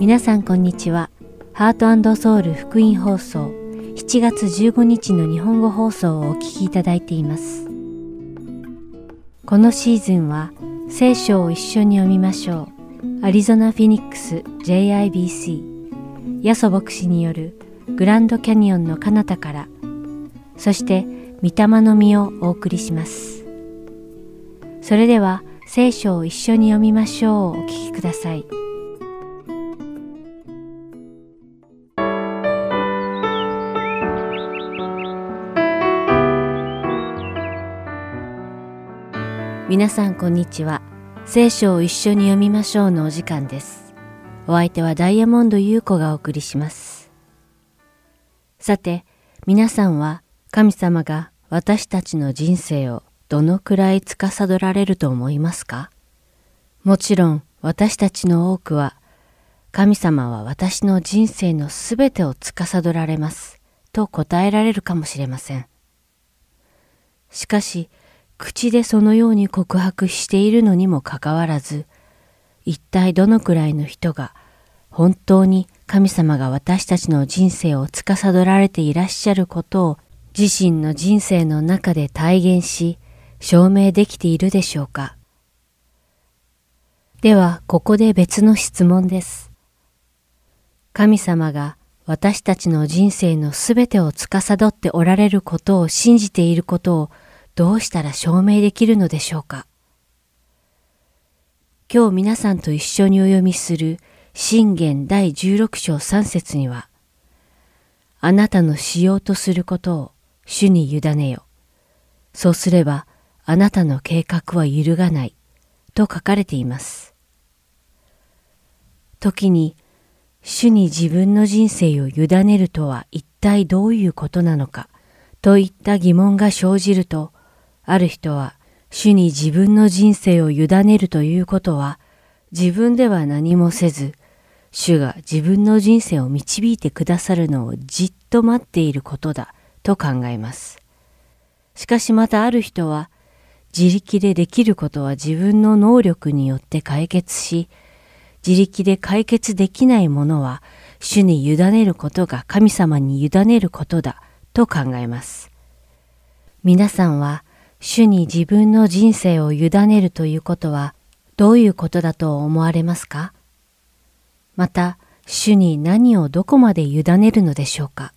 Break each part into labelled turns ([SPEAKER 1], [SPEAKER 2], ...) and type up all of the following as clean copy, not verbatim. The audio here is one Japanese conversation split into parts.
[SPEAKER 1] 皆さんこんにちは。ハート&ソウル福音放送7月15日の日本語放送をお聞きいただいています。このシーズンは聖書を一緒に読みましょう。アリゾナ・フィニックス JIBC ヤソ牧師によるグランドキャニオンの彼方から、そして御霊の実をお送りします。それでは聖書を一緒に読みましょう。お聞きください。皆さんこんにちは。聖書を一緒に読みましょうのお時間です。お相手はダイヤモンド優子がお送りします。さて、皆さんは神様が私たちの人生をどのくらい司られると思いますか？もちろん私たちの多くは、神様は私の人生のすべてを司られますと答えられるかもしれません。しかし、口でそのように告白しているのにもかかわらず、一体どのくらいの人が本当に神様が私たちの人生を司られていらっしゃることを自身の人生の中で体現し、証明できているでしょうか。では、ここで別の質問です。神様が私たちの人生のすべてを司っておられることを信じていることをどうしたら証明できるのでしょうか。今日皆さんと一緒にお読みする箴言第16章3節には、あなたのしようとすることを主に委ねよ。そうすればあなたの計画は揺るがないと書かれています。時に主に自分の人生を委ねるとは一体どういうことなのかといった疑問が生じると、ある人は主に自分の人生を委ねるということは自分では何もせず、主が自分の人生を導いてくださるのをじっと待っていることだと考えます。しかしまたある人は、自力でできることは自分の能力によって解決し、自力で解決できないものは主に委ねることが神様に委ねることだと考えます。皆さんは主に自分の人生を委ねるということはどういうことだと思われますか？また、主に何をどこまで委ねるのでしょうか？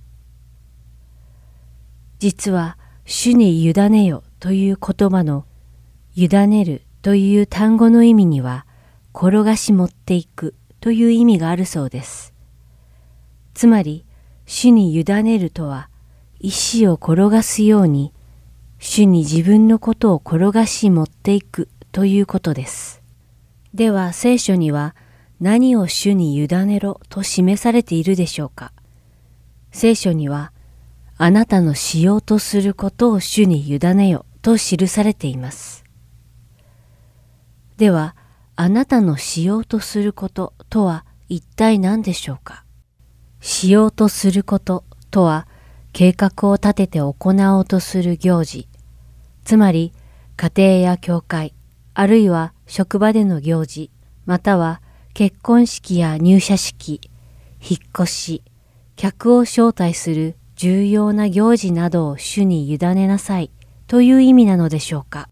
[SPEAKER 1] 実は、主に委ねよという言葉の委ねるという単語の意味には、転がし持っていくという意味があるそうです。つまり、主に委ねるとは、石を転がすように、主に自分のことを転がし持っていくということです。では聖書には何を主に委ねろと示されているでしょうか。聖書にはあなたのしようとすることを主に委ねよと記されています。ではあなたのしようとすることとは一体何でしょうか。しようとすることとは計画を立てて行おうとする行事、つまり家庭や教会、あるいは職場での行事、または結婚式や入社式、引っ越し、客を招待する重要な行事などを主に委ねなさいという意味なのでしょうか。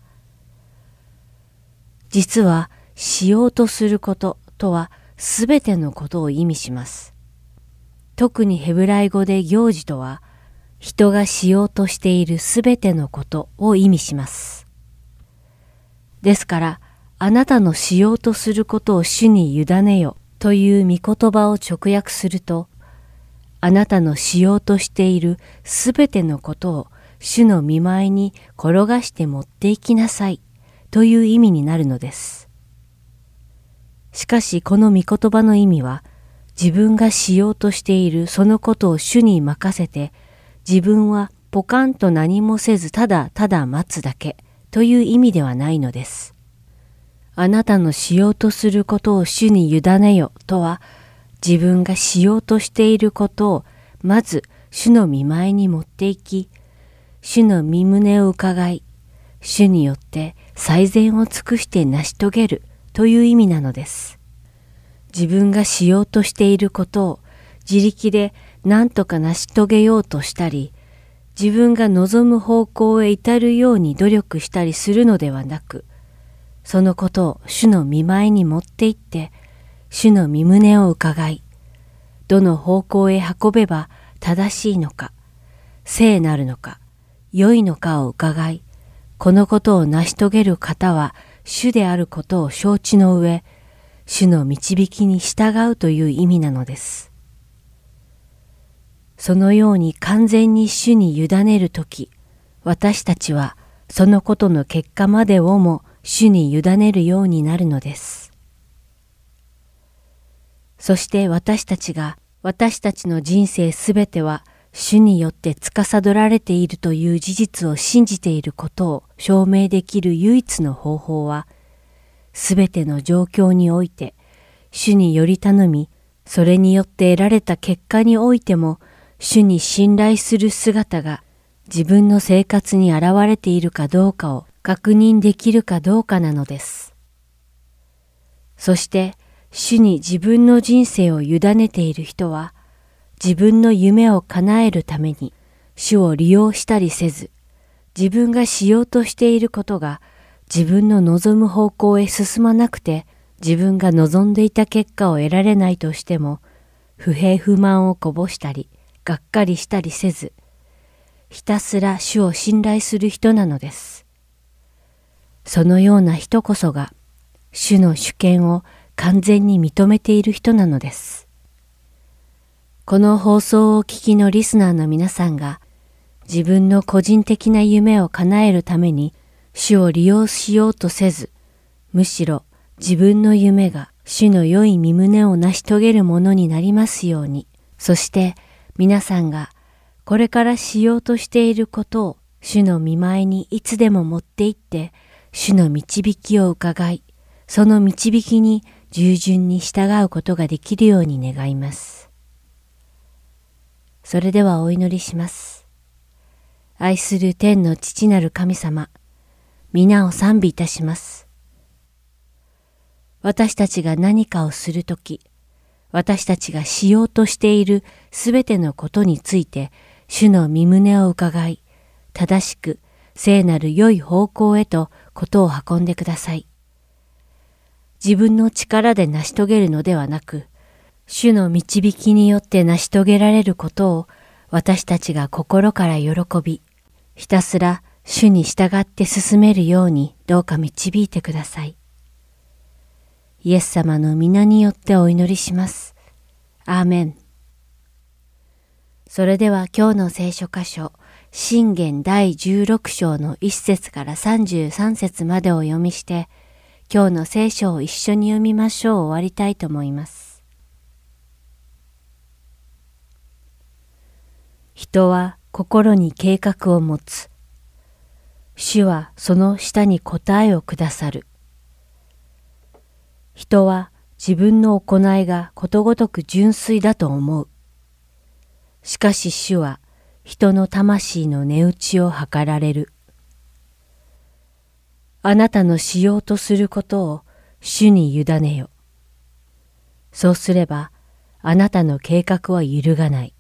[SPEAKER 1] 実はしようとすることとはすべてのことを意味します。特にヘブライ語で行事とは、人がしようとしているすべてのことを意味します。ですから、あなたのしようとすることを主に委ねよという御言葉を直訳すると、あなたのしようとしているすべてのことを主の御前に転がして持っていきなさいという意味になるのです。しかしこの御言葉の意味は、自分がしようとしているそのことを主に任せて、自分はポカンと何もせずただただ待つだけという意味ではないのです。あなたのしようとすることを主に委ねよとは、自分がしようとしていることをまず主の御前に持っていき、主の御胸を伺い、主によって最善を尽くして成し遂げるという意味なのです。 自分がしようとしていることを自力で何とか成し遂げようとしたり、自分が望む方向へ至るように努力したりするのではなく、そのことを主の御前に持って行って、主の御胸を伺い、どの方向へ運べば正しいのか、聖なるのか、良いのかを伺い、このことを成し遂げる方は主であることを承知の上、主の導きに従うという意味なのです。そのように完全に主に委ねるとき、私たちはそのことの結果までをも主に委ねるようになるのです。そして私たちの人生すべては主によって司られているという事実を信じていることを証明できる唯一の方法は、すべての状況において主により頼み、それによって得られた結果においても主に信頼する姿が自分の生活に現れているかどうかを確認できるかどうかなのです。そして主に自分の人生を委ねている人は、自分の夢を叶えるために主を利用したりせず、自分がしようとしていることが自分の望む方向へ進まなくて、自分が望んでいた結果を得られないとしても、不平不満をこぼしたり、がっかりしたりせず、ひたすら主を信頼する人なのです。そのような人こそが、主の主権を完全に認めている人なのです。この放送をお聞きのリスナーの皆さんが、自分の個人的な夢を叶えるために主を利用しようとせず、むしろ自分の夢が主の良い御胸を成し遂げるものになりますように、そして皆さんがこれからしようとしていることを主の御前にいつでも持って行って、主の導きを伺い、その導きに従順に従うことができるように願います。それではお祈りします。愛する天の父なる神様、皆を賛美いたします。私たちが何かをするとき、私たちがしようとしているすべてのことについて、主の御胸を伺い、正しく聖なる良い方向へとことを運んでください。自分の力で成し遂げるのではなく、主の導きによって成し遂げられることを私たちが心から喜び、ひたすら主に従って進めるようにどうか導いてください。イエス様の皆によってお祈りします。アーメン。それでは今日の聖書箇所、箴言第16章の1節から33節までを読みして、今日の聖書を一緒に読みましょう。終わりたいと思います。人は心に計画を持つ。主はその下に答えをくださる。人は自分の行いがことごとく純粋だと思う。しかし主は人の魂の値打ちを計られる。あなたのしようとすることを主に委ねよ。そうすればあなたの計画は揺るがない。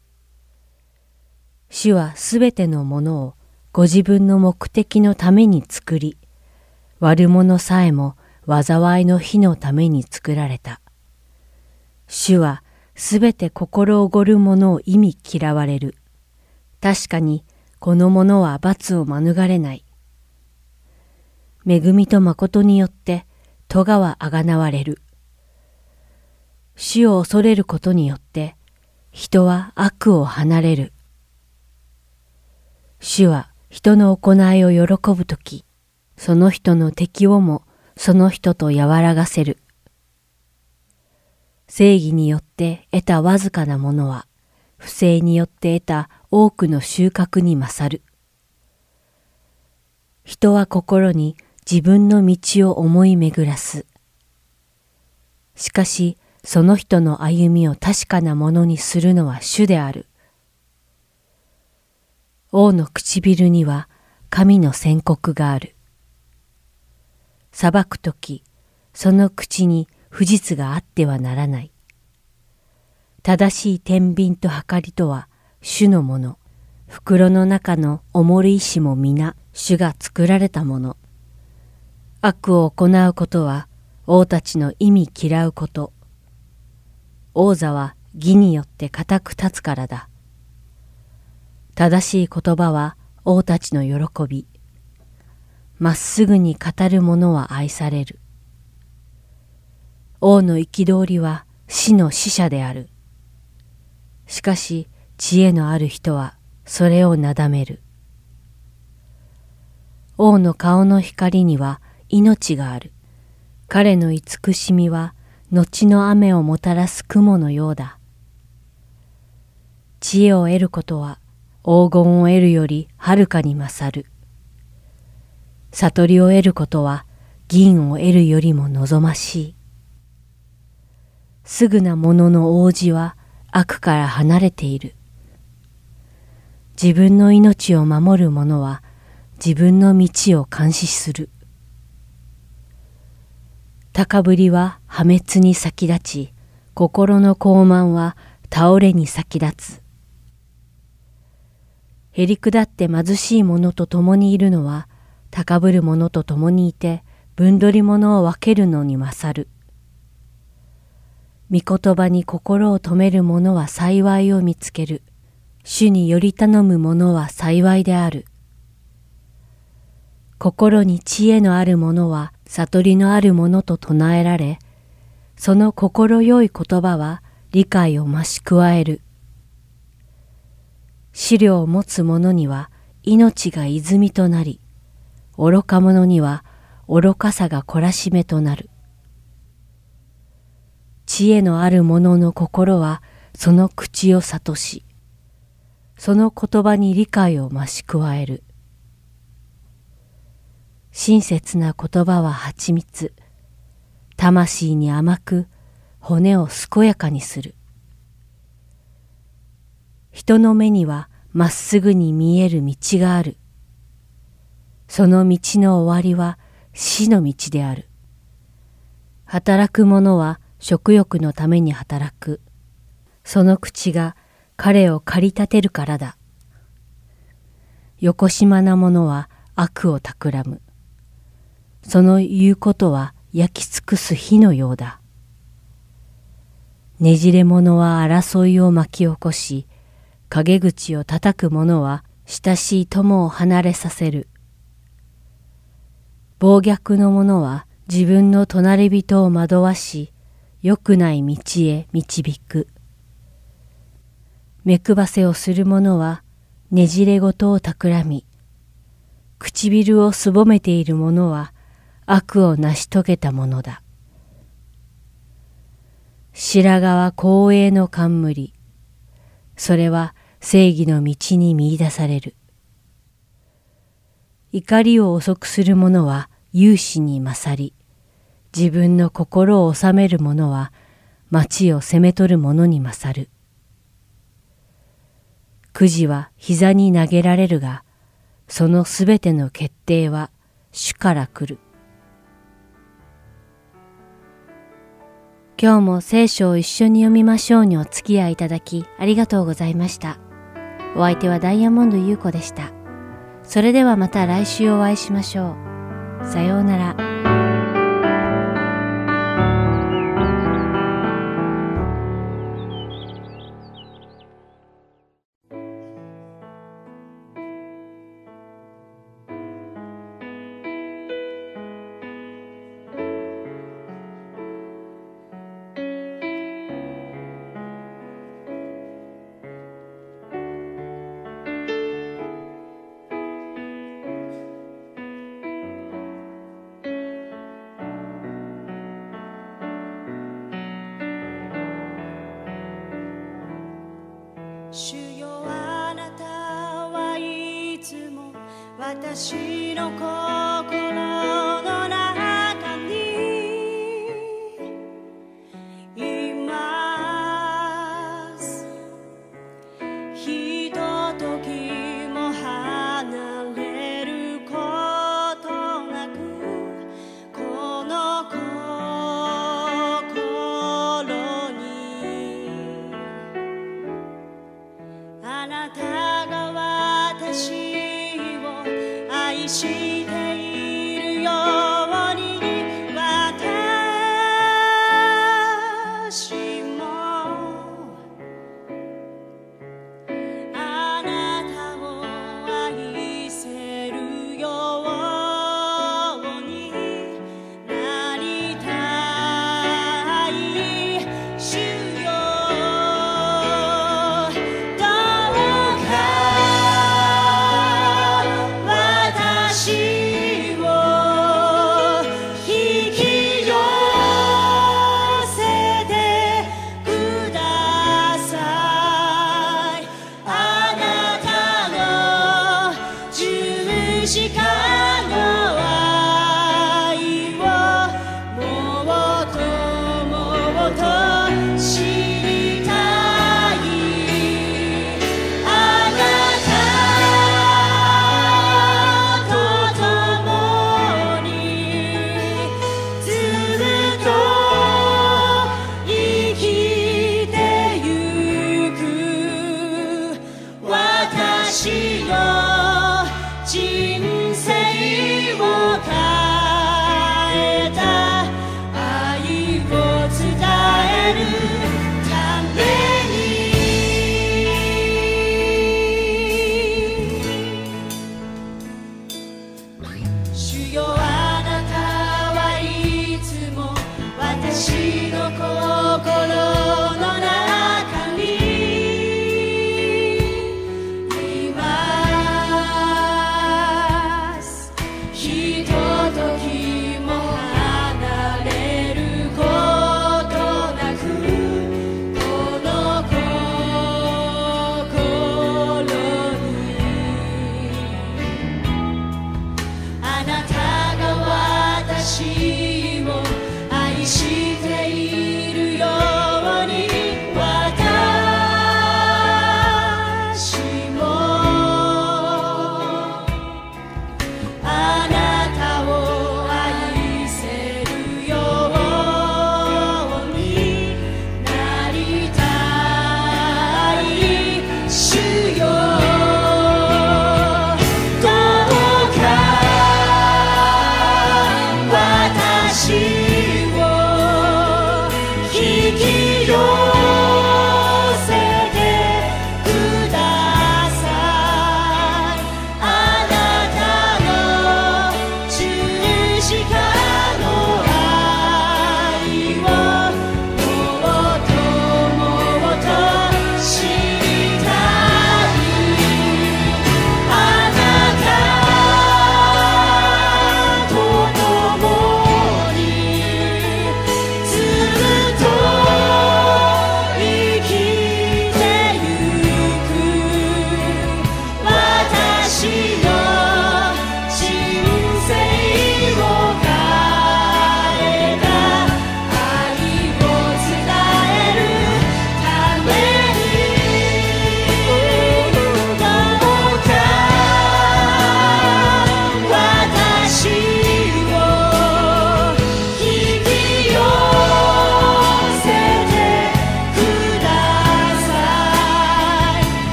[SPEAKER 1] 主はすべてのものをご自分の目的のために作り、悪者さえも災いの日のために作られた。主はすべて心おごる者を忌み嫌われる。確かにこの者は罰を免れない。恵みと誠によって咎はあがなわれる。主を恐れることによって人は悪を離れる。主は人の行いを喜ぶとき、その人の敵をもその人と和らがせる。正義によって得たわずかなものは、不正によって得た多くの収穫に勝る。人は心に自分の道を思い巡らす。しかし、その人の歩みを確かなものにするのは主である。王の唇には神の宣告がある。裁くとき、その口に不不実があってはならない。正しい天秤と計りとは主のもの。袋の中の重り石も皆主が作られたもの。悪を行うことは王たちの意味嫌うこと。王座は義によって固く立つからだ。正しい言葉は王たちの喜び。まっすぐに語る者は愛される。王の憤りは死の使者である。しかし知恵のある人はそれをなだめる。王の顔の光には命がある。彼の慈しみは後の雨をもたらす雲のようだ。知恵を得ることは黄金を得るよりはるかに勝る。悟りを得ることは銀を得るよりも望ましい。すぐなものの王子は悪から離れている。自分の命を守る者は自分の道を監視する。高ぶりは破滅に先立ち、心の傲慢は倒れに先立つ。へりくだって貧しい者と共にいるのは、高ぶる者と共にいて、分取り者を分けるのに勝る。御言葉に心を止める者は幸いを見つける。主により頼む者は幸いである。心に知恵のある者は悟りのある者と唱えられ、その心よい言葉は理解を増し加える。資料を持つ者には命が泉となり、愚か者には愚かさが懲らしめとなる。知恵のある者の心はその口を諭し、その言葉に理解を増し加える。親切な言葉は蜂蜜、魂に甘く骨を健やかにする。人の目にはまっすぐに見える道がある。その道の終わりは死の道である。働く者は食欲のために働く。その口が彼を駆り立てるからだ。よこしまな者は悪を企む。その言うことは焼き尽くす火のようだ。ねじれ者は争いを巻き起こし、陰口を叩く者は親しい友を離れさせる。暴虐の者は自分の隣人を惑わし、良くない道へ導く。目配せをする者はねじれ事を企み、唇をすぼめている者は悪を成し遂げたものだ。白髪は光栄の冠。それは正義の道に見出される。怒りを遅くする者は勇士に勝り、自分の心を治める者は町を攻め取る者に勝る。くじは膝に投げられるが、そのすべての決定は主から来る。今日も聖書を一緒に読みましょうにお付き合いいただきありがとうございました。お相手はダイヤモンド優子でした。それではまた来週お会いしましょう。さようなら。
[SPEAKER 2] 主よあなたはいつも私の心の中にいます。ひとときも離れることなくこの心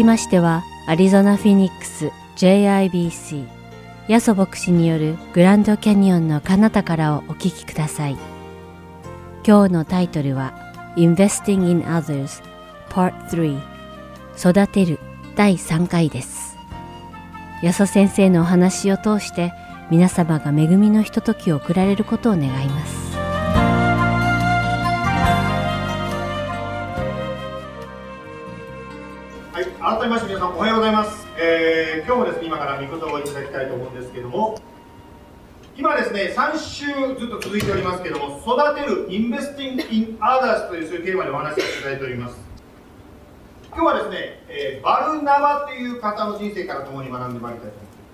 [SPEAKER 1] きましては、アリゾナ・フィニックス JIBC ヤソ牧師によるグランドキャニオンの彼方からをお聞きください。今日のタイトルは Investing in Others Part 3 育てる第3回です。ヤソ先生のお話を通して皆様が恵みのひとときを送られることを願います。
[SPEAKER 3] はい、改めまして皆さんおはようございます。今日もですね、今から御言葉をいただきたいと思うんですけども、今ですね、3週ずっと続いておりますけども、育てる Investing in Others というそういうテーマでお話しさせていただいております。今日はですね、バルナバという方の人生から共に学んでまいりたいと思います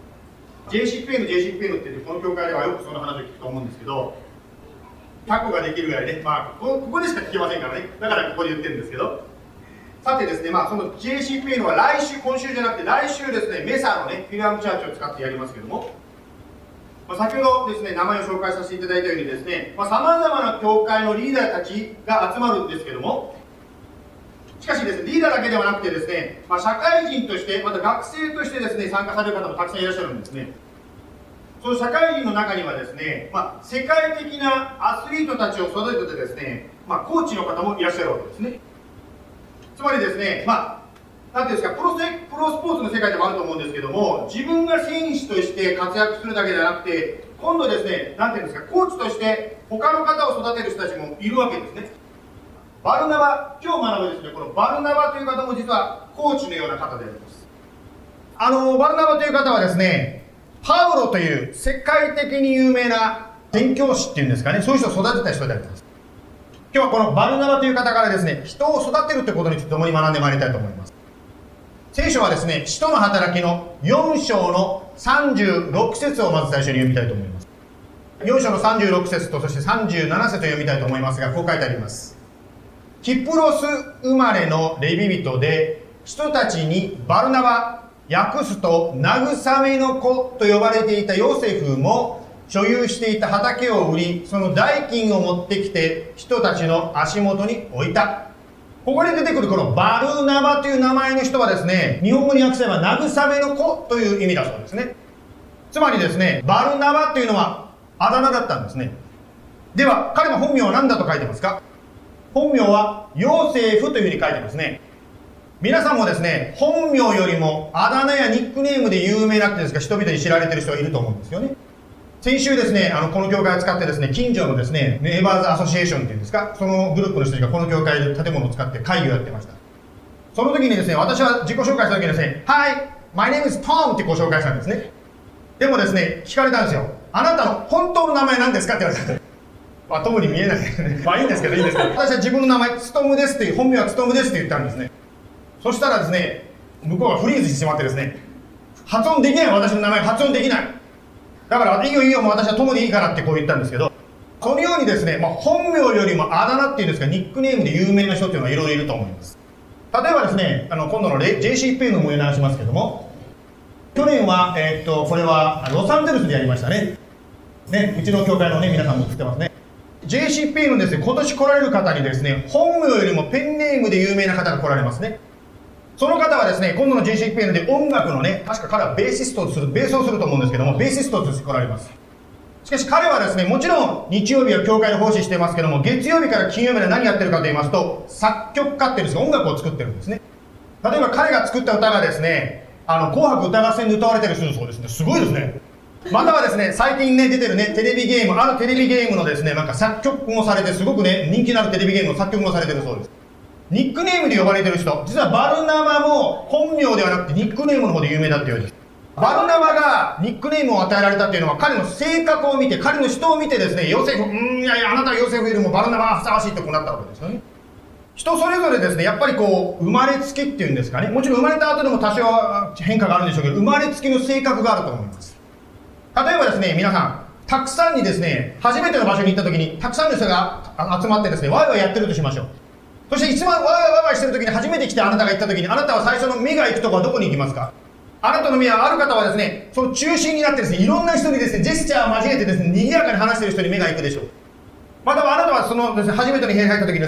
[SPEAKER 3] 。JCPN って言って、この教会ではよくその話を聞くと思うんですけど、タコができるぐらいね、ここでしか聞けませんからね、だからここで言ってるんですけど、さてですね、その JCPN は今週じゃなくて来週ですね、メサのね、フィルアムチャーチを使ってやりますけども、先ほどですね、名前を紹介させていただいたようにですね、さまざまな教会のリーダーたちが集まるんですけども、しかしですね、リーダーだけではなくてですね、社会人として、また学生としてですね、参加される方もたくさんいらっしゃるんですね。その社会人の中にはですね、世界的なアスリートたちを育ててですね、コーチの方もいらっしゃるわけですね。つまりですね、なんていうんですか、プロスポーツの世界でもあると思うんですけども、自分が選手として活躍するだけではなくて、今度ですね、なんていうんですか、コーチとして他の方を育てる人たちもいるわけですね。バルナバ、今日学ぶですね、このバルナバという方も実はコーチのような方であります。バルナバという方はですね、パウロという世界的に有名な宣教師っていうんですかね、そういう人を育てた人であります。今日はこのバルナバという方からですね、人を育てるということについて共に学んでまいりたいと思います。聖書はですね、使徒の働きの4章の36節をまず最初に読みたいと思います。4章の36節とそして37節を読みたいと思いますが、こう書いてあります。キプロス生まれのレビ人で、人たちにバルナバ、訳すと慰めの子と呼ばれていたヨセフも所有していた畑を売り、その代金を持ってきて人たちの足元に置いた。ここで出てくるこのバルナバという名前の人はですね、日本語に訳せば慰めの子という意味だそうですね。つまりですね、バルナバというのはあだ名だったんですね。では彼の本名は何だと書いてますか？本名はヨセフというふうに書いてますね。皆さんもですね、本名よりもあだ名やニックネームで有名なってですか、人々に知られている人がいると思うんですよね。先週ですね、この教会を使ってですね、近所のですね、ネイバーズアソシエーションっていうんですか、そのグループの人たちがこの教会で建物を使って会議をやってました。その時にですね、私は自己紹介した時にですね、Hi, my name is Tom ってご紹介したんですね。でもですね、聞かれたんですよ。あなたの本当の名前何ですかって言われた。トムに見えないですね。いいんですけど、私は自分の名前、ツトムですっていう、本名はツトムですって言ったんですね。そしたらですね、向こうがフリーズしてしまってですね、発音できない、私の名前発音できない。だからいいよもう私は友でいいからってこう言ったんですけど、そのようにですね、本名よりもあだ名っていうんですか、ニックネームで有名な人っていうのはいろいろいると思います。例えばですね、今度の JCPN の思い出しますけども、去年はこれはロサンゼルスでやりましたね。うちの教会のね、皆さんも映ってますね。JCPN のですね、今年来られる方にですね、本名よりもペンネームで有名な方が来られますね。その方はですね、今度の JCPN で音楽のね、確か彼はベースをすると思うんですけども、ベーシストとして来られます。しかし彼はですね、もちろん日曜日は教会で奉仕してますけども、月曜日から金曜日まで何やってるかと言いますと、作曲家っていうんですか、音楽を作ってるんですね。例えば彼が作った歌がですね、紅白歌合戦で歌われてるそうですね。すごいですね。またはですね、最近ね、出てるね、テレビゲーム、あるテレビゲームのですね、作曲もされて、すごくね、人気のあるテレビゲームの作曲もされてるそうです。ニックネームで呼ばれてる人、実はバルナバも本名ではなくてニックネームの方で有名だっていうんです。バルナバがニックネームを与えられたっていうのは、彼の性格を見て、彼の人を見てですね、ヨセフ、いやいや、あなたはヨセフよりもバルナバがふさわしいってこうなったわけですよね。人それぞれですね、やっぱりこう、生まれつきっていうんですかね、もちろん生まれた後でも多少変化があるんでしょうけど、生まれつきの性格があると思います。例えばですね、皆さん、たくさんにですね、初めての場所に行った時に、たくさんの人が集まってですね、ワイワイやってるとしましょう。そして一番ワイワイしてる時に、初めて来てあなたが行った時に、あなたは最初の目が行くところはどこに行きますか？あなたの目は、ある方はですね、その中心になってですね、いろんな人にですね、ジェスチャーを交えてですね、賑やかに話している人に目が行くでしょう。またはあなたはそのですね、初めての部屋に入った時にですね、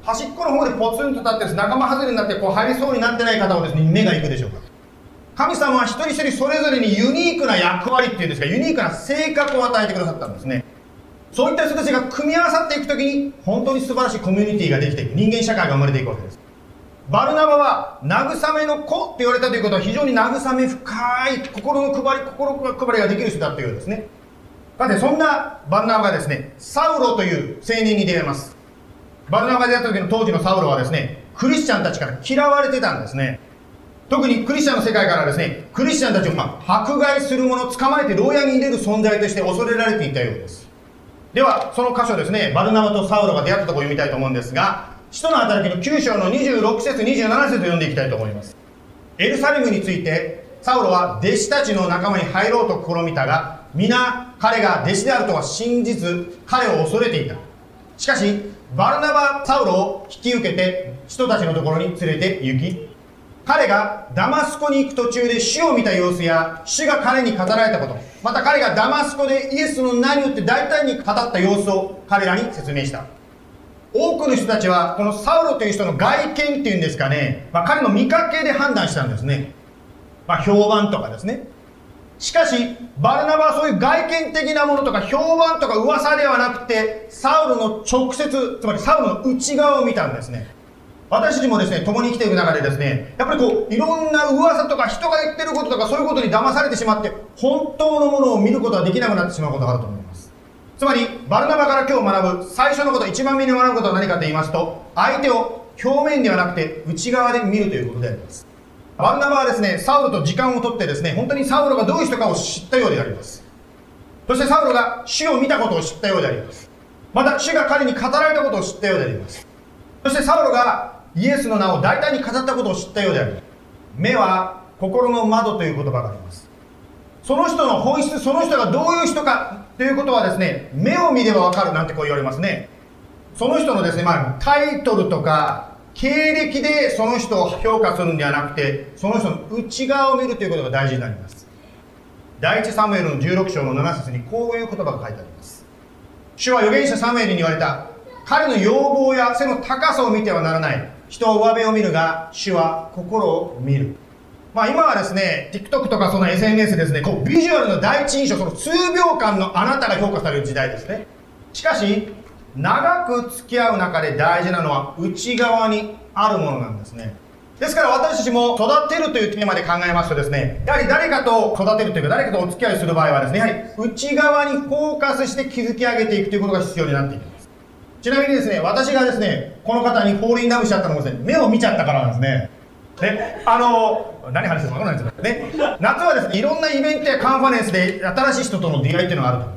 [SPEAKER 3] 端っこの方でポツンと立ってですね、仲間外れになってこう入りそうになってない方をですね、目が行くでしょうか。神様は一人一人それぞれにユニークな役割っていうんですか、ユニークな性格を与えてくださったんですね。そういった人たちが組み合わさっていくときに、本当に素晴らしいコミュニティができていく、人間社会が生まれていくわけです。バルナバは慰めの子って言われたということは、非常に慰め深い心の配りができる人だというようですね。さて、そんなバルナバがですね、サウロという青年に出会います。バルナバが出会った時の当時のサウロはですね、クリスチャンたちから嫌われてたんですね。特にクリスチャンの世界からですね、クリスチャンたちを迫害する者、捕まえて牢屋に入れる存在として恐れられていたようです。では、その箇所ですね、バルナバとサウロが出会ったところを読みたいと思うんですが、使徒の働きの9章の26節27節を読んでいきたいと思います。エルサレムについて、サウロは弟子たちの仲間に入ろうと試みたが、皆彼が弟子であるとは信じず、彼を恐れていた。しかし、バルナバ、サウロを引き受けて、使徒たちのところに連れて行き、彼がダマスコに行く途中で主を見た様子や、主が彼に語られたこと、また彼がダマスコでイエスの名によって大胆に語った様子を彼らに説明した。多くの人たちは、このサウロという人の外見っていうんですかね、彼の見かけで判断したんですね。評判とかですね。しかし、バルナバはそういう外見的なものとか評判とか噂ではなくて、サウロの直接、つまりサウロの内側を見たんですね。私たちもですね、共に生きていく中でですね、やっぱりこう、いろんな噂とか人が言ってることとかそういうことに騙されてしまって、本当のものを見ることができなくなってしまうことがあると思います。つまり、バルナバから今日学ぶ最初のこと、一番目に学ぶことは何かと言いますと、相手を表面ではなくて内側で見るということであります。バルナバはですね、サウロと時間をとってですね、本当にサウロがどういう人かを知ったようであります。そしてサウロが主を見たことを知ったようであります。また、主が彼に語られたことを知ったようであります。そしてサウロがイエスの名を大胆に語ったことを知ったようであります。目は心の窓という言葉があります。その人の本質、その人がどういう人かということはですね、目を見ればわかるなんてこう言われますね。その人のですね、タイトルとか経歴でその人を評価するんではなくて、その人の内側を見るということが大事になります。第一サムエルの16章の7節にこういう言葉が書いてあります。主は預言者サムエルに言われた。彼の要望や背の高さを見てはならない。人は上辺を見るが、主は心を見る。今はですね、TikTok とかその SNS ですね、こうビジュアルの第一印象、その数秒間のあなたが評価される時代ですね。しかし、長く付き合う中で大事なのは内側にあるものなんですね。ですから私たちも育てるというテーマで考えますとですね、やはり誰かと育てるというか、誰かとお付き合いする場合はですね、やはり内側にフォーカスして築き上げていくということが必要になっていきます。ちなみにですね、私がですね、この方にフォールインラブしちゃったのもですね、目を見ちゃったからなんですね。何話してるか分からないですよね。夏はですね、いろんなイベントやカンファレンスで新しい人との出会いっていうのがあると思います。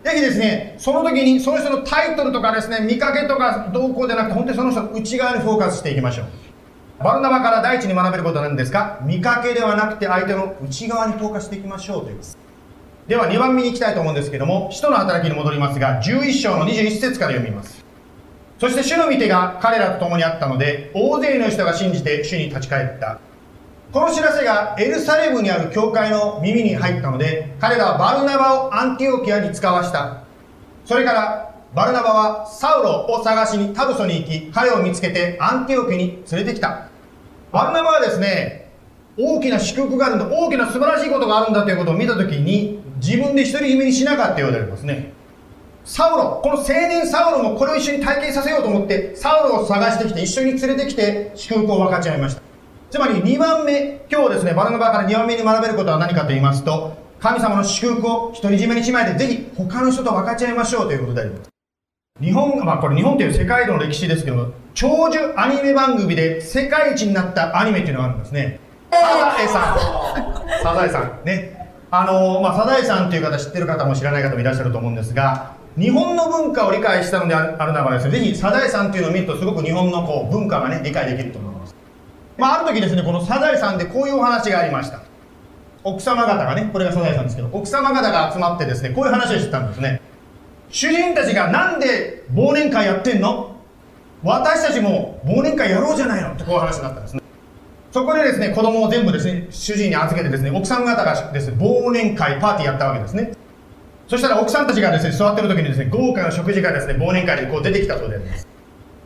[SPEAKER 3] ぜひですね、その時にその人のタイトルとかですね、見かけとか動向でなくて、本当にその人の内側にフォーカスしていきましょう。バルナバから第一に学べることは何ですか？見かけではなくて相手の内側にフォーカスしていきましょうということです。では2番目に行きたいと思うんですけども、使徒の働きに戻りますが、11章の21節から読みます。そして主の御手が彼らと共にあったので、大勢の人が信じて主に立ち返った。この知らせがエルサレムにある教会の耳に入ったので、彼らはバルナバをアンティオキアに使わした。それからバルナバはサウロを探しにタルソに行き、彼を見つけてアンティオキに連れてきた。バルナバはですね、大きな祝福があるんだ、大きな素晴らしいことがあるんだということを見たときに、自分で独り占めにしなかったようでありますね。サウロ、この青年サウロもこれを一緒に体験させようと思って、サウロを探してきて、一緒に連れてきて、祝福を分かち合いました。つまり2番目、今日ですね、バルナバから2番目に学べることは何かと言いますと、神様の祝福を独り占めにしないで、ぜひ他の人と分かち合いましょうということであります。日本という世界の歴史ですけども、長寿アニメ番組で世界一になったアニメというのがあるんですね。サザエさん。ね。サザエさんという方知ってる方も知らない方もいらっしゃると思うんですが、日本の文化を理解したのであるならばですね、ぜひサザエさんというのを見るとすごく日本の文化がね、理解できると思います。ある時ですね、このサザエさんでこういうお話がありました。奥様方がね、これがサザエさんですけど、奥様方が集まってですね、こういう話をしてたんですね。主人たちがなんで忘年会やってんの？私たちも忘年会やろうじゃないのってこういう話になったんですね。そこでですね、子供を全部ですね、主人に預けてですね、奥さん方がですね、忘年会、パーティーやったわけですね。そしたら奥さんたちがですね、座ってる時にですね、豪華な食事がですね、忘年会でこう出てきたそうであります。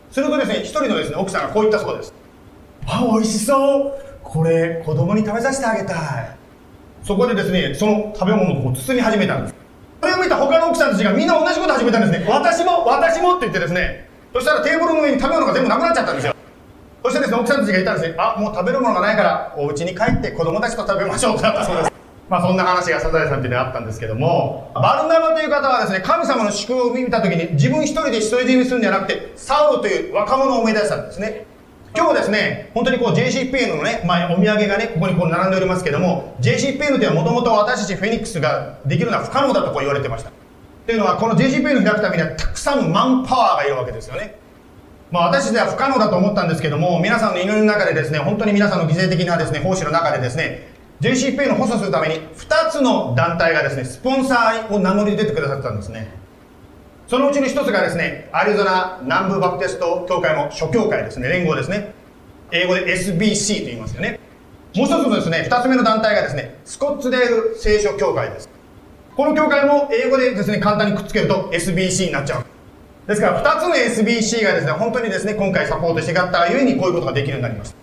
[SPEAKER 3] するとですね、一人のですね、奥さんがこう言ったそうです。あ、美味しそう。これ、子供に食べさせてあげたい。そこでですね、その食べ物をこう包み始めたんです。それを見た他の奥さんたちがみんな同じこと始めたんですね。私もって言ってですね、そしたらテーブルの上に食べ物が全部なくなっちゃったんですよ。そしてですね、奥さんたちが言ったんですね、あ、もう食べるものがないから、お家に帰って子供たちと食べましょうとなったそうです。そんな話がサザエさんっていうのがあったんですけども、バルナバという方はですね、神様の祝福を見たときに、自分一人で独り占めするんじゃなくて、サウロという若者を思い出したんですね。今日ですね、本当にこう JCPN のね、お土産がね、ここにこう並んでおりますけども、JCPN というのはもともと私たちフェニックスができるのは不可能だとこう言われてました。というのは、この JCPN を開くためにはたくさんのマンパワーがいるわけですよね。私たちは不可能だと思ったんですけども、皆さんの祈りの中でですね、本当に皆さんの犠牲的なですね、奉仕の中でですね、JCPN を補佐するために2つの団体がですね、スポンサーを名乗り出てくださったんですね。そのうちの1つがですね、アリゾナ南部バプテスト教会の諸教会ですね、連合ですね。英語で SBC と言いますよね。もう1つのですね、2つ目の団体がですね、スコッツデール聖書教会です。この教会も英語でですね、簡単にくっつけると SBC になっちゃう。ですから2つの SBC がですね、本当にですね、今回サポートしてくれたゆえにこういうことができるようになりました。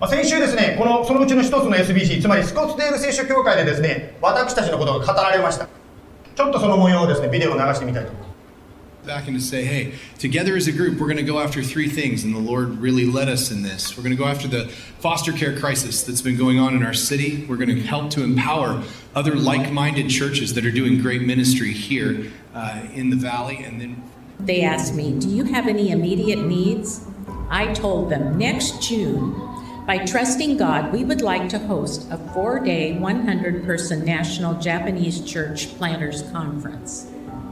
[SPEAKER 3] 先週ですね、そのうちの一つの SBC、つまりスコッツデール聖書教会でですね、私たちのことが語られました。ちょっとその模様をですね、ビデオを流してみたいと思います。
[SPEAKER 4] Back and to say, hey, together as a group, we're going to go after three things, and the Lord really led us in this. We're going to go after the foster care crisis that's been going on in our city. We're going to help to empower other like-minded churches that are doing great ministry here in the valley, and then
[SPEAKER 5] they asked me, do you have any immediate needs? I told them next June, by trusting God, we would like to host a 4-day, 100-person National Japanese Church Planners Conference.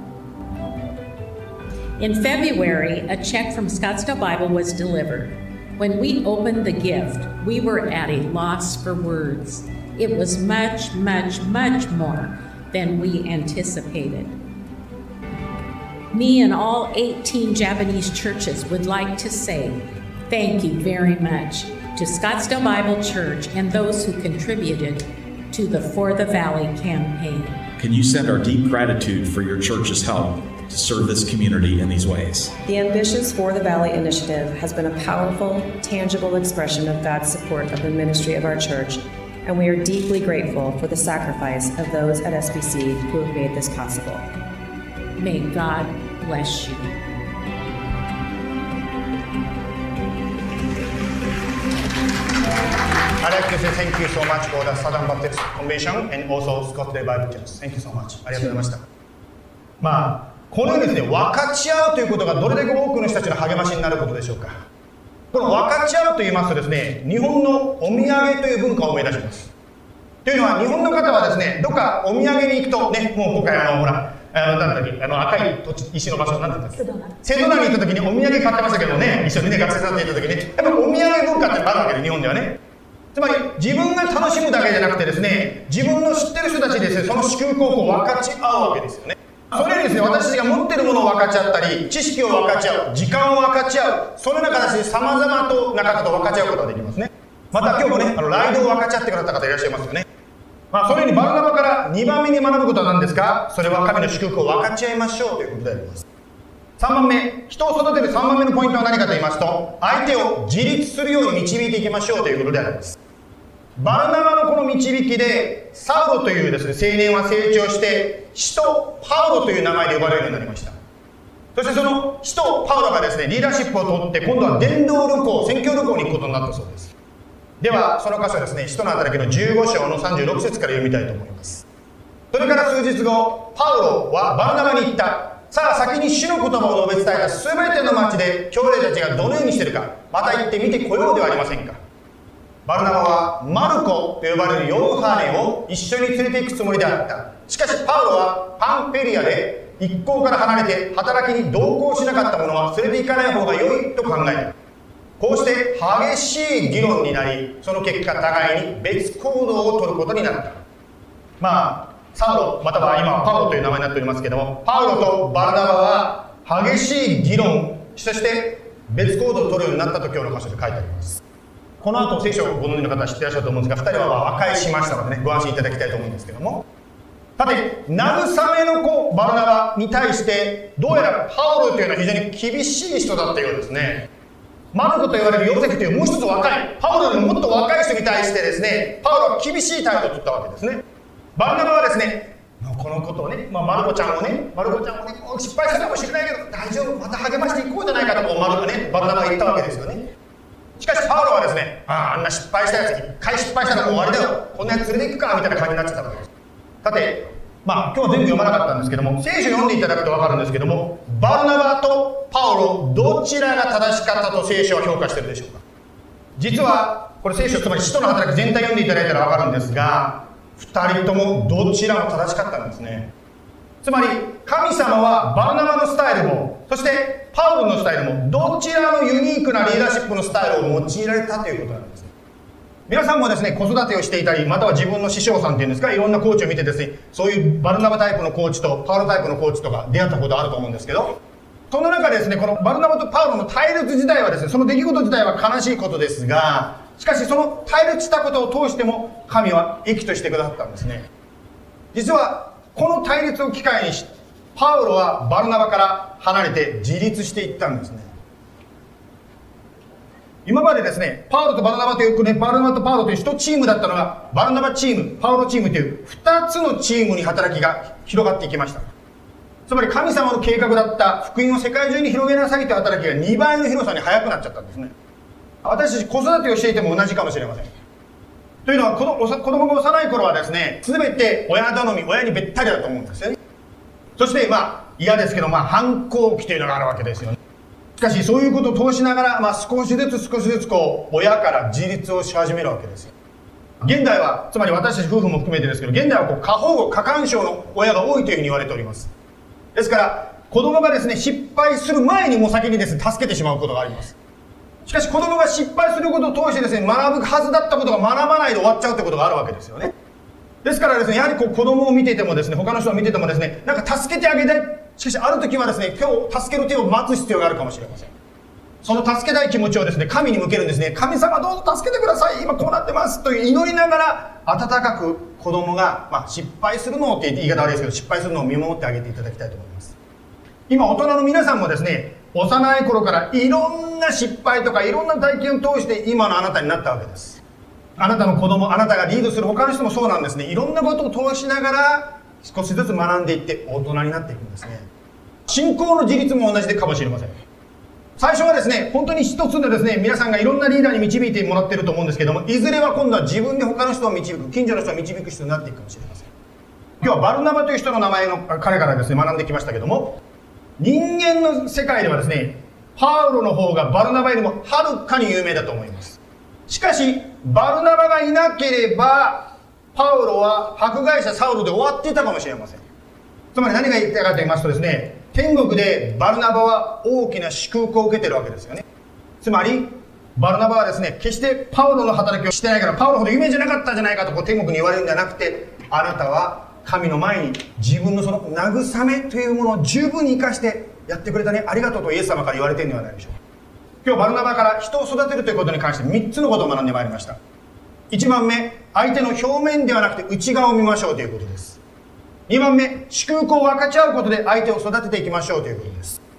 [SPEAKER 5] In February, a check from Scottsdale Bible was delivered. When we opened the gift, we were at a loss for words. It was much, much, much more than we anticipated. Me and all 18 Japanese churches would like to say thank you very much to Scottsdale Bible Church and those who contributed to the For the Valley campaign.
[SPEAKER 6] Can you send our deep gratitude for your church's help to serve this community in these ways?
[SPEAKER 7] The ambitious For the Valley initiative has been a powerful, tangible expression of God's support of the ministry of our church, and we are deeply grateful for the sacrifice of those at SBC who have made this possible.
[SPEAKER 5] May God bless you.
[SPEAKER 3] I'd like to say thank you so much for the Southern Baptist Convention and also Scottsdale Bible Church. Thank you so much. ありがとうございました。このようにですね、分かち合うということがどれだけ多くの人たちの励ましになることでしょうか。この分かち合うと言いますとですね、日本のお土産という文化を思い出します。というのは、日本の方はですね、どっかお土産に行くとね、もう今回ほら、なんだっけ、赤い石の場所、なんだったっけ、セドナに行った時にお土産買ってましたけどね、一緒にね、学生さんと行った時に、やっぱりお土産文化ってあるわけで、日本ではね。つまり、自分が楽しむだけじゃなくてですね、自分の知ってる人たちにですね、その祝福をこう分かち合うわけですよね。それにですね、私たちが持っているものを分かち合ったり、知識を分かち合う、時間を分かち合う、そのような形で様々な方と分かち合うことができますね。また今日もね、ライドを分かち合ってくださった方いらっしゃいますよね。それにバルナバから2番目に学ぶことは何ですか？それは神の祝福を分かち合いましょうということであります。3番目、人を育てる3番目のポイントは何かと言いますと、相手を自立するように導いていきましょうということであります。バルナバのこの導きで、サウロというですね、青年は成長して、使徒パウロという名前で呼ばれるようになりました。そしてその使徒パウロがですね、リーダーシップを取って、今度は伝道旅行、宣教旅行に行くことになったそうです。では、その箇所ですね、使徒の働きの15章の36節から読みたいと思います。それから数日後、パウロはバルナバに言った。さあ、先に主の言葉を述べ伝えたすべての町で、兄弟たちがどのようにしているか、また行って見てこようではありませんか。バルナバはマルコと呼ばれるヨハネを一緒に連れて行くつもりであった。しかしパウロはパンペリアで一行から離れて働きに同行しなかった者は連れて行かない方が良いと考えた。こうして激しい議論になり、その結果互いに別行動を取ることになった。サウロまたは今パウロという名前になっておりますけども、パウロとバルナバは激しい議論、そして別行動を取るようになったと今日の箇所で書いてあります。この後聖書をご存知の方は知っていらっしゃると思うんですが、2人は和解しましたのでね、ご安心いただきたいと思うんですけども、 さて、慰めの子バルナバに対してどうやらパウロというのは非常に厳しい人だったようですね。マルコと言われるヨセフというもう一つ若いパウロよりももっと若い人に対してですね、パウロは厳しい態度を取ったわけですね。バルナバはですね、このことをね、マルコちゃんをね失敗したかもしれないけど大丈夫、また励ましていこうじゃないかとバルナバが言ったわけですよね。しかしパウロはですね、あんな失敗したやつ1回失敗したらもう終わりだよ、こんなやつ連れていくかみたいな感じになっちゃったわけです。さて、今日は全部読まなかったんですけども、聖書を読んでいただくと分かるんですけども、バルナバとパウロどちらが正しかったと聖書は評価しているでしょうか。実はこれ聖書、つまり使徒の働き全体読んでいただいたら分かるんですが、2人ともどちらも正しかったんですね。つまり神様はバルナバのスタイルも、そしてパウロのスタイルも、どちらのユニークなリーダーシップのスタイルを用いられたということなんです。皆さんもですね、子育てをしていたり、または自分の師匠さんっていうんですか、いろんなコーチを見てですね、そういうバルナバタイプのコーチとパウロタイプのコーチとか出会ったことあると思うんですけど、その中でですね、このバルナバとパウロの対立自体はですね、その出来事自体は悲しいことですが、しかしその対立したことを通しても神は益としてくださったんですね。実はこの対立を機会にパウロはバルナバから離れて自立していったんですね。今までですね、パウロとバルナバというバルナバとパウロという1チームだったのが、バルナバチーム、パウロチームという2つのチームに働きが広がっていきました。つまり神様の計画だった福音を世界中に広げなさいという働きが2倍の広さに速くなっちゃったんですね。私たち子育てをしていても同じかもしれません。というのは、子供が幼い頃はですね、全て親頼み、親にべったりだと思うんですよね。そして嫌ですけど反抗期というのがあるわけですよね。しかしそういうことを通しながら、少しずつ親から自立をし始めるわけですよ。現代は、つまり私たち夫婦も含めてですけど、現代は過保護過干渉の親が多いというふうに言われております。ですから子供がですね、失敗する前にもう先にですね、助けてしまうことがあります。しかし子供が失敗することを通してですね、学ぶはずだったことが学ばないで終わっちゃうということがあるわけですよね。ですからですね、やはり子供を見ていてもですね、他の人を見ててもですね、助けてあげたい。しかしある時はですね、今日助ける手を待つ必要があるかもしれません。その助けたい気持ちをですね、神に向けるんですね。神様どうぞ助けてください、今こうなってますという祈りながら、温かく子供が、失敗するのをって言い方悪いですけど、失敗するのを見守ってあげていただきたいと思います。今大人の皆さんもですね、幼い頃からいろんな失敗とかいろんな体験を通して今のあなたになったわけです。あなたの子供、あなたがリードする他の人もそうなんですね。いろんなことを通しながら少しずつ学んでいって大人になっていくんですね。信仰の自立も同じでかもしれません。最初はですね、本当に一つでですね、皆さんがいろんなリーダーに導いてもらっていると思うんですけども、いずれは今度は自分で他の人を導く、近所の人を導く人になっていくかもしれません。今日はバルナバという人の名前の彼からですね、学んできましたけども、人間の世界ではですね、パウロの方がバルナバよりもはるかに有名だと思います。しかしバルナバがいなければパウロは迫害者サウロで終わっていたかもしれません。つまり何が言いたいかと言いますとですね、天国でバルナバは大きな祝福を受けているわけですよね。つまりバルナバはですね、決してパウロの働きをしてないからパウロほど有名じゃなかったじゃないかと天国に言われるんじゃなくて、あなたは神の前に自分のその慰めというものを十分に生かしてやってくれたね、ありがとうとイエス様から言われているのではないでしょうか。今日バルナバから人を育てるということに関して3つのことを学んでまいりました。1番目、相手の表面ではなくて内側を見ましょうということです。2番目、祝福を分かち合うことで相手を育てていきましょうということです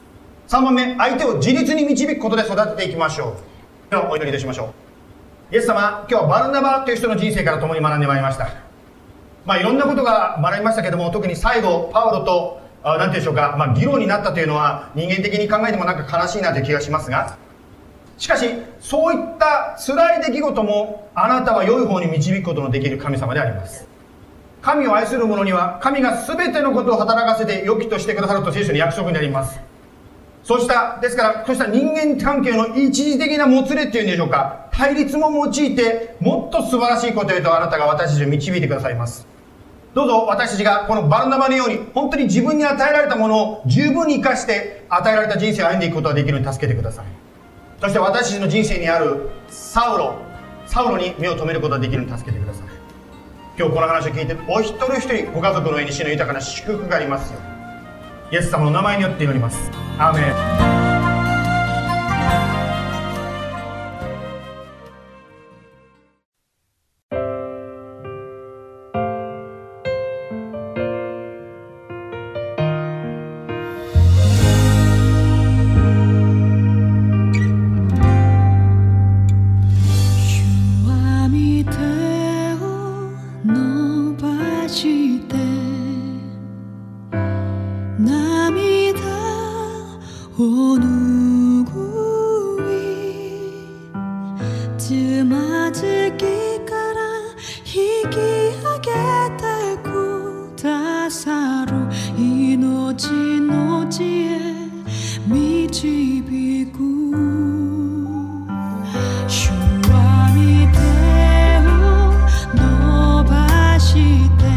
[SPEAKER 3] 。3番目、相手を自立に導くことで育てていきましょう。ではお祈りいたしましょう。イエス様、今日はバルナバという人の人生から共に学んでまいりました。いろんなことが学びましたけども、特に最後パウロとなんていうんでしょうか、議論になったというのは人間的に考えてもなんか悲しいなという気がしますが、しかしそういった辛い出来事もあなたは良い方に導くことのできる神様であります。神を愛する者には神が全てのことを働かせて良きとしてくださると聖書に約束になります。ですからそうした人間関係の一時的なもつれっていうんでしょうか、対立も用いてもっと素晴らしいことへとあなたが私たちを導いてくださいます。どうぞ私たちがこのバルナバのように本当に自分に与えられたものを十分に生かして与えられた人生を歩んでいくことができるように助けてください。そして私たちの人生にあるサウロに目を留めることができるように助けてください。今日この話を聞いてお一人一人ご家族の上に主の豊かな祝福がありますように、イエス様の名前によって祈ります。アーメン。
[SPEAKER 2] して涙を拭いつまずきから引き上げてくださる命の地へ導く主は御手を伸ばして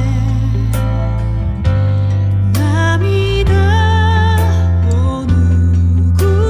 [SPEAKER 2] 涙を拭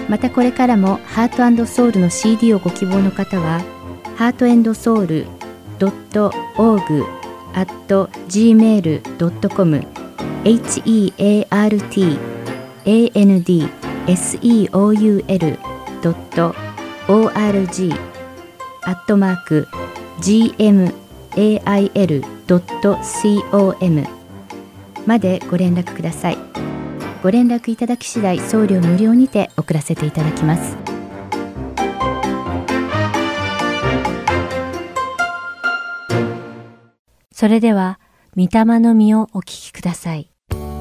[SPEAKER 8] またこれからもハート&ソウルの CD をご希望の方は heartandsoul.org@gmail.com heartandsoul.org@gmail.com までご連絡ください。ご連絡いただき次第送料無料にて送らせていただきます。
[SPEAKER 1] それでは御霊の実をお聞きください。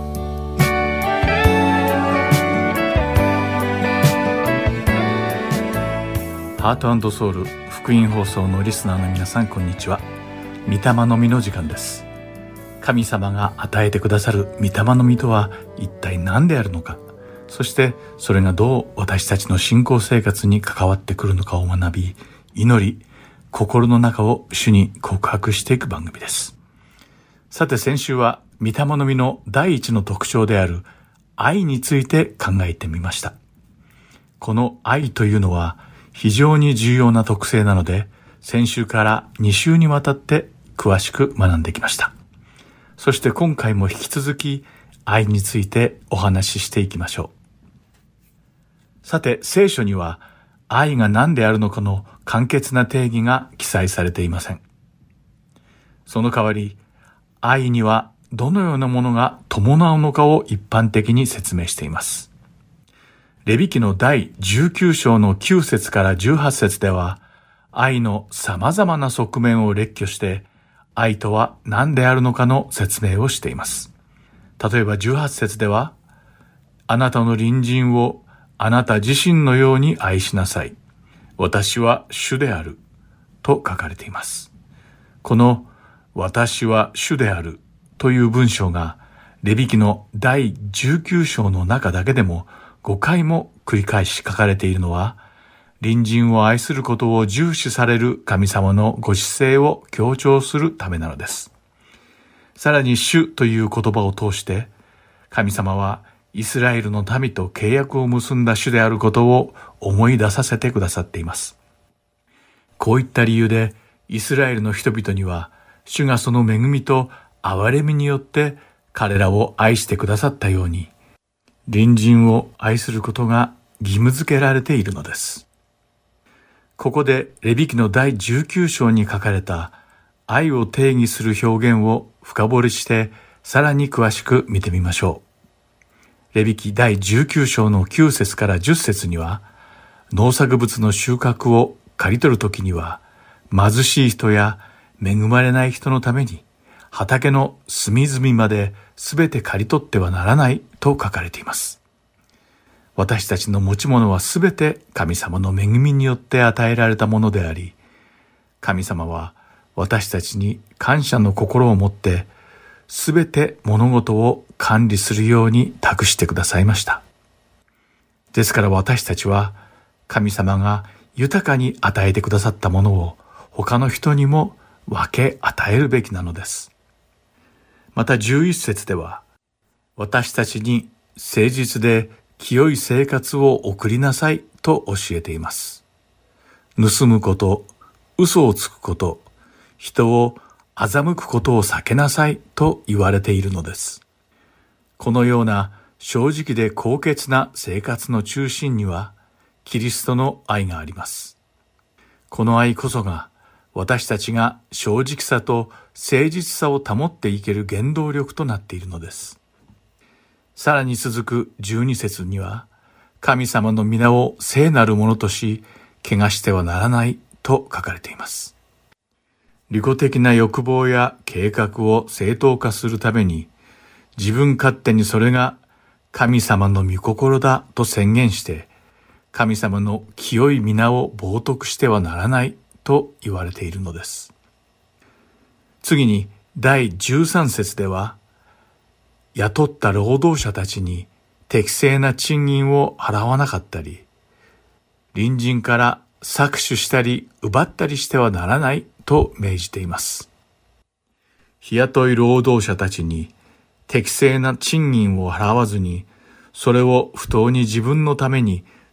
[SPEAKER 9] ハート&ソウル福音放送のリスナーの皆さん、こんにちは。御霊の実の時間です。神様が与えてくださる御霊の実とは一体何であるのか、そしてそれがどう私たちの信仰生活に関わってくるのかを学び、祈り、心の中を主に告白していく番組です。さて、先週は御霊の実の第一の特徴である愛について考えてみました。この愛というのは非常に重要な特性なので、先週から2週にわたって詳しく学んできました。そして今回も引き続き愛についてお話ししていきましょう。さて、聖書には愛が何であるのかの簡潔な定義が記載されていません。その代わり、愛にはどのようなものが伴うのかを一般的に説明しています。レビ記の第19章の9節から18節では、愛の様々な側面を列挙して、愛とは何であるのかの説明をしています。例えば18節では、あなたの隣人をあなた自身のように愛しなさい。私は主である。と書かれています。この私は主であるという文章がレビ記の第19章の中だけでも5回も繰り返し書かれているのは、隣人を愛することを重視される神様のご姿勢を強調するためなのです。さらに主という言葉を通して、神様はイスラエルの民と契約を結んだ主であることを思い出させてくださっています。こういった理由で、イスラエルの人々には、主がその恵みと憐れみによって彼らを愛してくださったように、隣人を愛することが義務付けられているのです。ここでレビ記の第19章に書かれた愛を定義する表現を深掘りしてさらに詳しく見てみましょう。レビ記第19章の9節から10節には、農作物の収穫を刈り取るときには、貧しい人や恵まれない人のために畑の隅々まで全て刈り取ってはならないと書かれています。私たちの持ち物はすべて神様の恵みによって与えられたものであり、神様は私たちに感謝の心を持ってすべて物事を管理するように託してくださいました。ですから私たちは神様が豊かに与えてくださったものを他の人にも分け与えるべきなのです。また11節では、私たちに誠実で清い生活を送りなさいと教えています。盗むこと、嘘をつくこと、人を欺くことを避けなさいと言われているのです。このような正直で高潔な生活の中心にはキリストの愛があります。この愛こそが私たちが正直さと誠実さを保っていける原動力となっているのです。さらに続く12節には、神様の皆を聖なるものとし、汚してはならないと書かれています。利己的な欲望や計画を正当化するために、自分勝手にそれが神様の御心だと宣言して、神様の清い皆を冒涜してはならないと言われているのです。次に第13節では、雇った労働者たちに適正な賃金を払わなかったり、隣人から搾取したり奪ったりしてはならないと命じています。日雇い労働者たちに適正な賃金を払わずに、それを不当に自分のために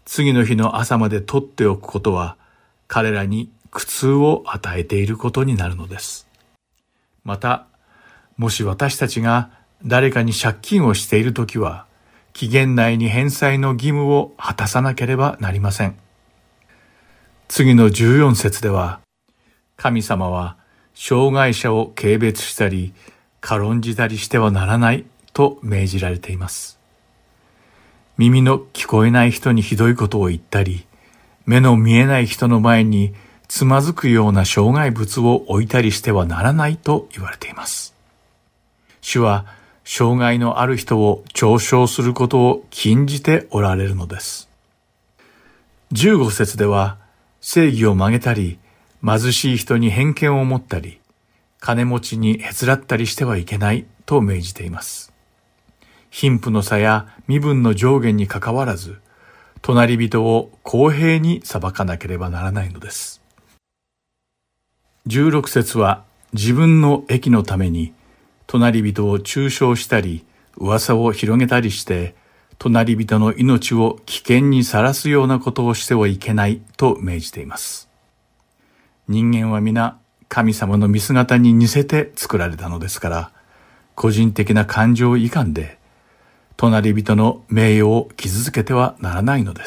[SPEAKER 9] 次の日の朝まで取っておくことは彼らに苦痛を与えていることになるのです。また、もし私たちが誰かに借金をしているときは、期限内に返済の義務を果たさなければなりません。次の14節では、神様は障害者を軽蔑したり、軽んじたりしてはならないと命じられています。耳の聞こえない人にひどいことを言ったり、目の見えない人の前につまずくような障害物を置いたりしてはならないと言われています。主は障害のある人を嘲笑することを禁じておられるのです。15節では、正義を曲げたり、貧しい人に偏見を持ったり、金持ちにへつらったりしてはいけないと命じています。貧富の差や身分の上限にかかわらず、隣人を公平に裁かなければならないのです。16節は、自分の益のために、隣人を中傷したり、噂を広げたりして、隣人の命を危険にさらすようなことをしてはいけないと命じています。人間は皆神様の見姿に似せて作られたのですから、個人的な感情遺憾で、隣人の名誉を傷つけてはならないのです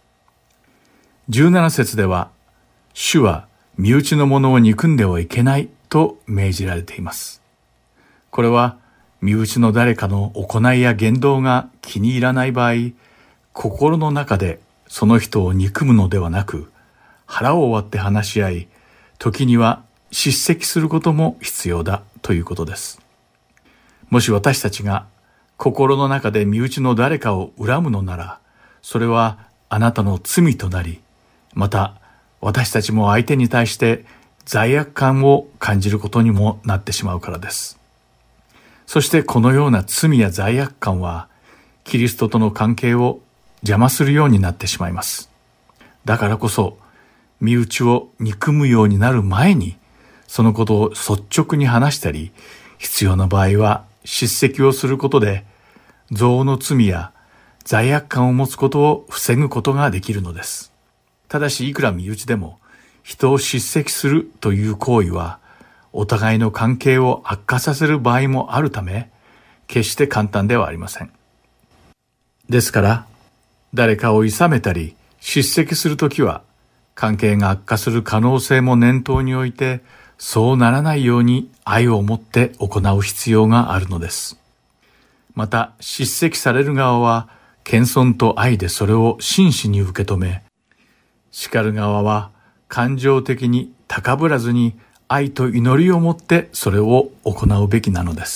[SPEAKER 9] 。17節では、主は身内の者を憎んではいけないと命じられています。これは、身内の誰かの行いや言動が気に入らない場合、心の中でその人を憎むのではなく、腹を割って話し合い、時には叱責することも必要だということです。もし私たちが心の中で身内の誰かを恨むのなら、それはあなたの罪となり、また私たちも相手に対して罪悪感を感じることにもなってしまうからです。そしてこのような罪や罪悪感は、キリストとの関係を邪魔するようになってしまいます。だからこそ、身内を憎むようになる前に、そのことを率直に話したり、必要な場合は叱責をすることで、憎悪の罪や罪悪感を持つことを防ぐことができるのです。ただしいくら身内でも、人を叱責するという行為は、お互いの関係を悪化させる場合もあるため、決して簡単ではありません。ですから、誰かを諌めたり、叱責するときは、関係が悪化する可能性も念頭に置いて、そうならないように愛を持って行う必要があるのです。また、叱責される側は、謙遜と愛でそれを真摯に受け止め、叱る側は感情的に高ぶらずに、愛と祈りを持ってそれを行うべきなのです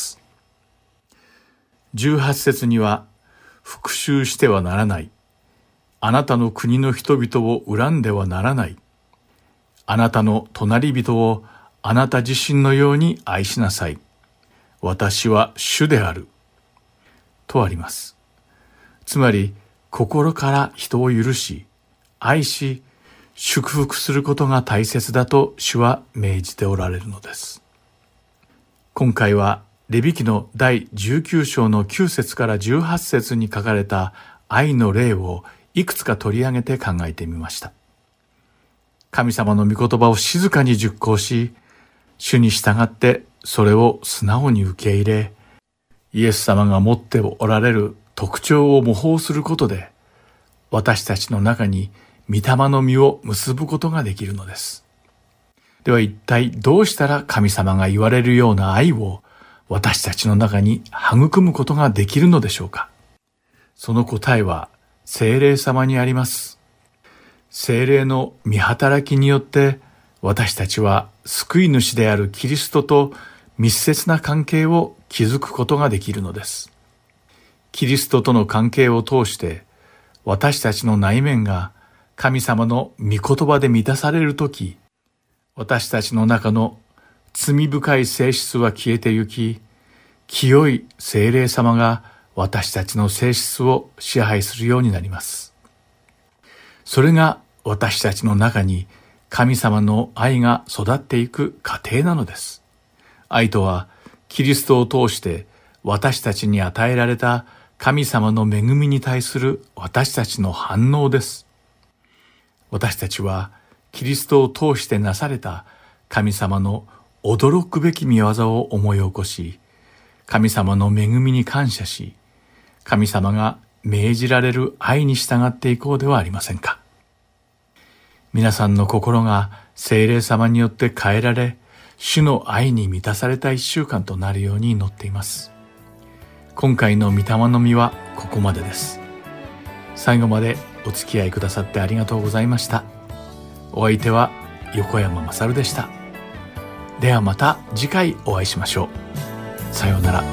[SPEAKER 9] 。18節には、復讐してはならない。あなたの国の人々を恨んではならない。あなたの隣人をあなた自身のように愛しなさい。私は主である。とあります。つまり、心から人を許し、愛し、祝福することが大切だと主は命じておられるのです。今回はレビ記の第19章の9節から18節に書かれた愛の例をいくつか取り上げて考えてみました。神様の御言葉を静かに熟考し、主に従ってそれを素直に受け入れ、イエス様が持っておられる特徴を模倣することで、私たちの中に御霊の実を結ぶことができるのです。では一体どうしたら神様が言われるような愛を私たちの中に育むことができるのでしょうか。その答えは聖霊様にあります。聖霊の御働きによって私たちは救い主であるキリストと密接な関係を築くことができるのです。キリストとの関係を通して私たちの内面が神様の御言葉で満たされるとき、私たちの中の罪深い性質は消えてゆき、清い聖霊様が私たちの性質を支配するようになります。それが私たちの中に神様の愛が育っていく過程なのです。愛とはキリストを通して私たちに与えられた神様の恵みに対する私たちの反応です。 私たちはキリストを通してなされた神様の驚くべき御業を思い起こし、神様の恵みに感謝し、神様が命じられる愛に従っていこうではありませんか。皆さんの心が聖霊様によって変えられ、主の愛に満たされた一週間となるように祈っています。今回の御霊の実はここまでです。最後までお付き合いくださってありがとうございました。お相手は横山まさるでした。ではまた次回お会いしましょう。さようなら。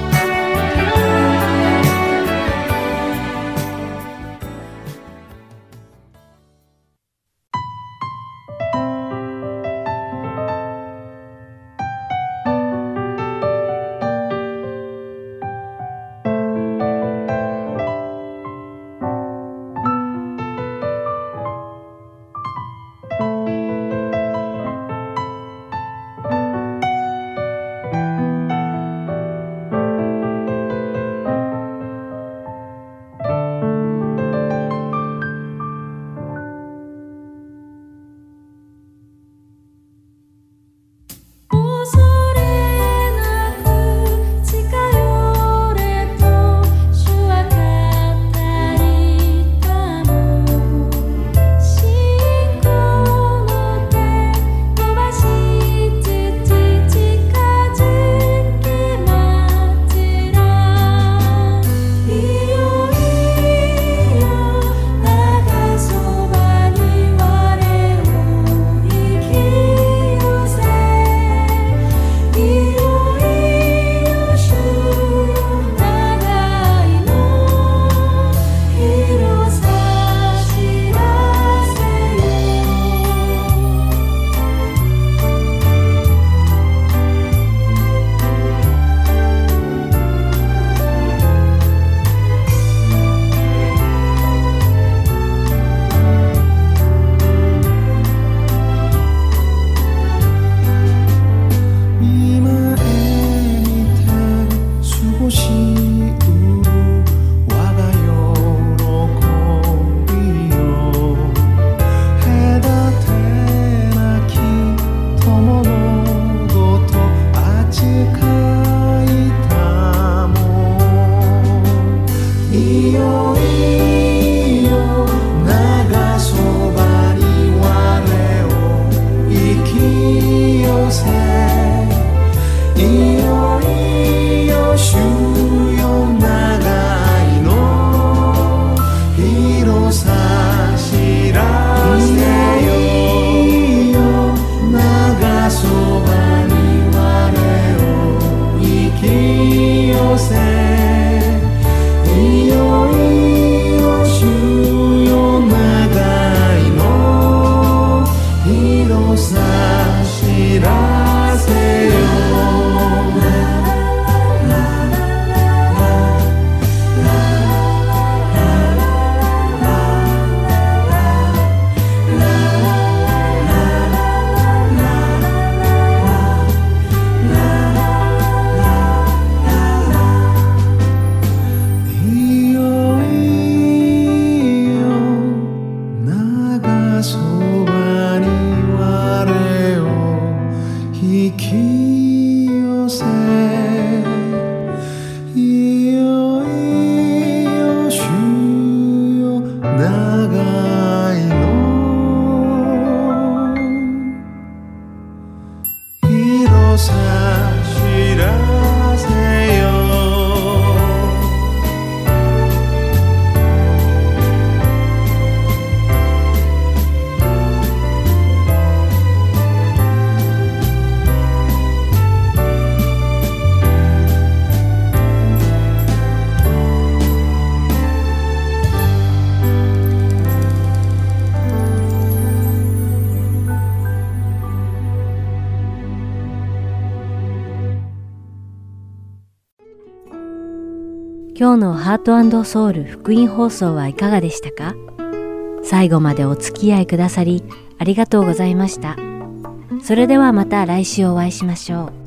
[SPEAKER 1] 今日のハート&ソウル福音放送はいかがでしたか？最後までお付き合いくださりありがとうございました。それではまた来週お会いしましょう。